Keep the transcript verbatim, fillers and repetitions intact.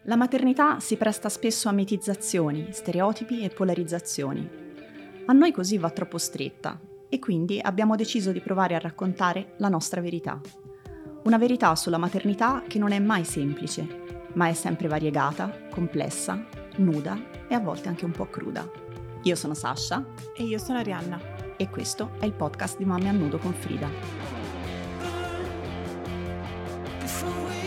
La maternità si presta spesso a mitizzazioni, stereotipi e polarizzazioni. A noi così va troppo stretta e quindi abbiamo deciso di provare a raccontare la nostra verità. Una verità sulla maternità che non è mai semplice, ma è sempre variegata, complessa, nuda e a volte anche un po' cruda. Io sono Sasha e io sono Arianna e questo è il podcast di Mamme a Nudo con Frida.